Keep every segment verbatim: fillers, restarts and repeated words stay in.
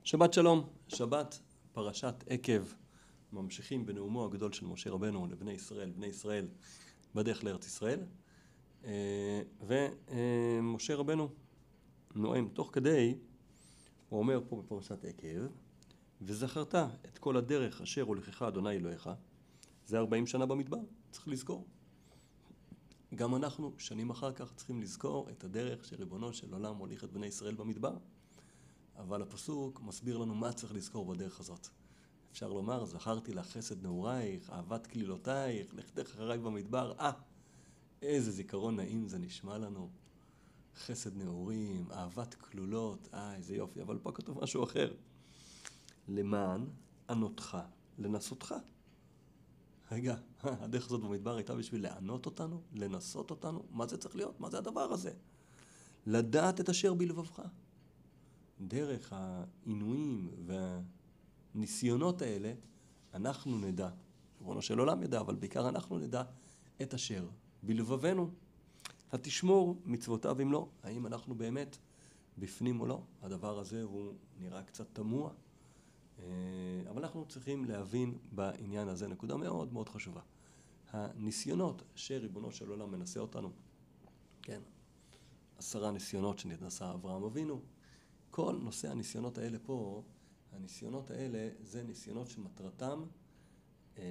שבת שלום, שבת פרשת עקב, ממשיכים בנאומו הגדול של משה רבנו לבני ישראל, בני ישראל בדרך לארץ ישראל, ומשה רבנו נואם תוך כדי, הוא אומר פה בפרשת עקב, וזכרת את כל הדרך אשר הולכך אדוני אלוהיך, זה ארבעים שנה במדבר, צריך לזכור. גם אנחנו שנים אחר כך צריכים לזכור את הדרך שריבונו של עולם הוליך את בני ישראל במדבר. אבל הפסוק מסביר לנו מה צריך לזכור בדרך הזאת. אפשר לומר, זכרתי לך חסד נעורייך, אהבת כלילותייך, לכתך אחריי במדבר. אה, איזה זיכרון נעים זה נשמע לנו. חסד נעורים, אהבת כלולות, אה, איזה יופי. אבל פה כתוב משהו אחר. למען ענותך, לנסותך. רגע, הדרך הזאת במדבר הייתה בשביל לענות אותנו, לנסות אותנו. מה זה צריך להיות? מה זה הדבר הזה? לדעת את אשר בלבבך. דרך העינויים והניסיונות האלה, אנחנו נדע, ריבונו של עולם ידע, אבל בעיקר אנחנו נדע את אשר בלבבנו. התשמור מצוותיו אם לא, האם אנחנו באמת בפנים או לא? הדבר הזה הוא נראה קצת תמוה, אבל אנחנו צריכים להבין בעניין הזה נקודה מאוד מאוד חשובה. הניסיונות שריבונו של עולם מנסה אותנו, כן, עשרה ניסיונות שננסה אברהם אבינו, כל נושא הניסיונות האלה פה, הניסיונות האלה זה ניסיונות שמטרתם אה,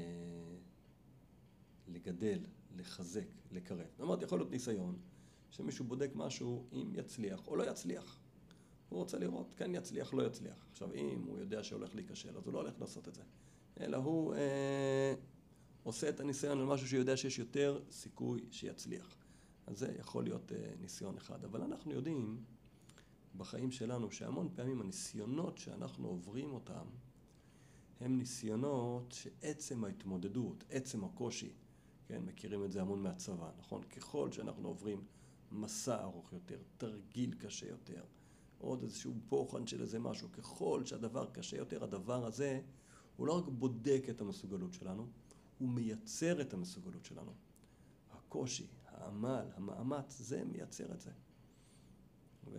לגדל, לחזק, לקרב. זאת אומרת, יכול להיות ניסיון שמישהו בודק משהו אם יצליח או לא יצליח. הוא רוצה לראות, כן יצליח, לא יצליח. עכשיו, אם הוא יודע שהולך להיכשל, אז הוא לא הולך לעשות את זה. אלא הוא אה, עושה את הניסיון על משהו שיודע שיש יותר סיכוי שיצליח. אז זה יכול להיות אה, ניסיון אחד. אבל אנחנו יודעים בחיים שלנו שהמון פעמים הניסיונות שאנחנו עוברים אותם הם ניסיונות שעצם ההתמודדות, עצם הקושי, כן, מכירים את זה המון מהצבא, נכון? ככל שאנחנו עוברים מסע ארוך יותר, תרגיל קשה יותר, עוד איזשהו בוחן של איזה משהו, ככל שהדבר קשה יותר, הדבר הזה הוא לא רק בודק את המסוגלות שלנו, הוא מייצר את המסוגלות שלנו. הקושי, העמל, המאמץ, זה מייצר את זה. ו...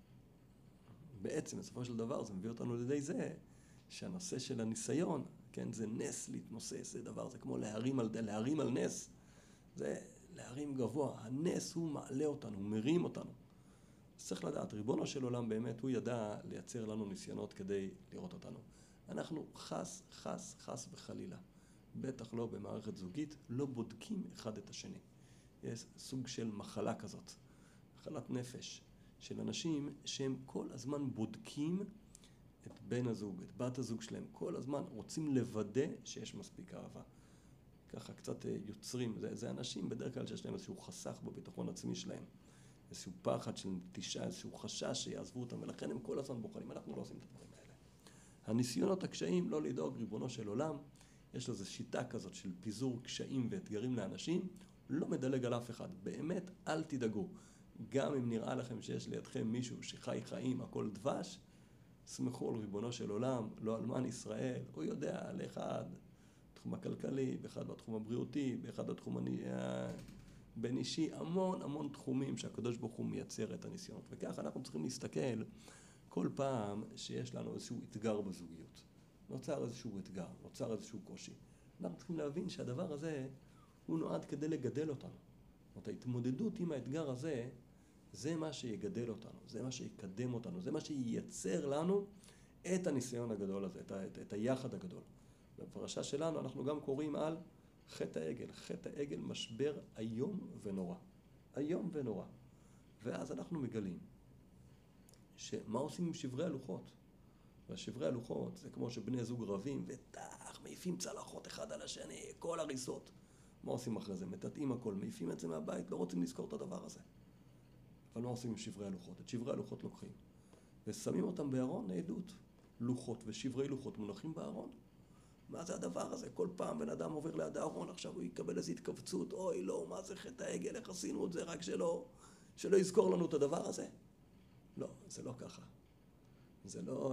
בעצם, בסופו של דבר, זה מביא אותנו לידי זה שהנושא של הניסיון, כן, זה נס להתנוסס, זה דבר, זה כמו להרים על, להרים על נס, זה להרים גבוה, הנס הוא מעלה אותנו, הוא מרים אותנו. אז צריך לדעת, ריבונו של עולם באמת, הוא ידע לייצר לנו ניסיונות כדי לראות אותנו. אנחנו חס, חס, חס וחלילה, בטח לא במערכת זוגית, לא בודקים אחד את השני. יש סוג של מחלה כזאת, מחלת נפש. של אנשים שהם כל הזמן בודקים את בן הזוג, את בת הזוג שלהם, כל הזמן רוצים לוודא שיש מספיק אהבה. ככה קצת יוצרים, זה, זה אנשים בדרך כלל שיש להם איזשהו חסך בביטחון עצמי שלהם, איזשהו פחד של נטישה, איזשהו חשש שיעזבו אותם, ולכן הם כל הזמן בוחנים, אנחנו לא עושים את הדברים האלה. הניסיונות הקשיים, לא לדאוג, ריבונו של עולם, יש לזה שיטה כזאת של פיזור קשיים ואתגרים לאנשים, לא מדלג על אף אחד, באמת אל תדאגו. גם אם נראה לכם שיש לידכם מישהו שחי חיים, הכל דבש, סמכו על ריבונו של עולם, לא אלמן ישראל, הוא יודע על אחד בתחום הכלכלי, באחד בתחום הבריאותי, באחד בתחום בין אישי, המון המון תחומים שהקדוש ברוך הוא מייצר את הניסיונות. וכך אנחנו צריכים להסתכל כל פעם שיש לנו איזשהו אתגר בזוגיות. נוצר איזשהו אתגר, נוצר איזשהו קושי. אנחנו צריכים להבין שהדבר הזה הוא נועד כדי לגדל אותנו. זאת אומרת, ההתמודדות עם האתגר הזה, זה מה שיגדל אותנו, זה מה שיקדם אותנו, זה מה שייצר לנו את הניסיון הגדול הזה, את, את, את היחד הגדול. בפרשה שלנו אנחנו גם קוראים על חטא העגל. חטא העגל משבר איום ונורא. איום ונורא. ואז אנחנו מגלים שמה עושים עם שברי הלוחות? והשברי הלוחות זה כמו שבני זוג רבים וטח, מעיפים צלחות אחד על השני, כל הריסות. מה עושים אחרי זה? מטאטאים הכל, מעיפים את זה מהבית, לא רוצים לזכור את הדבר הזה. אבל מה עושים עם שברי הלוחות? את שברי הלוחות לוקחים ושמים אותם בארון עדות. לוחות ושברי לוחות מונחים בארון. מה זה הדבר הזה? כל פעם בן אדם עובר ליד הארון, עכשיו הוא יקבל איזו התכווצות, אוי לא, מה זה חטא העגל, איך עשינו את זה, רק שלא, שלא יזכור לנו את הדבר הזה? לא, זה לא ככה. זה לא...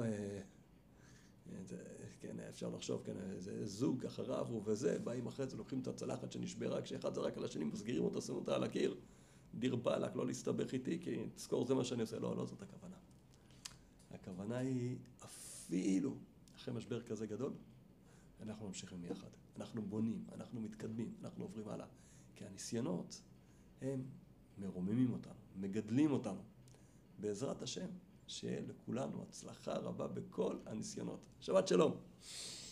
זה, כן, אפשר לחשוב, כן, זה זוג אחריו וזה, באים אחרי זה, לוקחים את הצלחת שנשברה, כשאחד זרק על השני, מסגירים אותה, שמים אותה על הקיר, דיר באלק, לא להסתבך איתי, כי תזכור זה מה שאני עושה. לא, לא זאת הכוונה. הכוונה היא אפילו אחרי משבר כזה גדול, אנחנו ממשיכים יחד. אנחנו בונים, אנחנו מתקדמים, אנחנו עוברים הלאה. כי הניסיונות הם מרוממים אותנו, מגדלים אותנו. בעזרת השם, שיהיה לכולנו הצלחה רבה בכל הניסיונות. שבת שלום.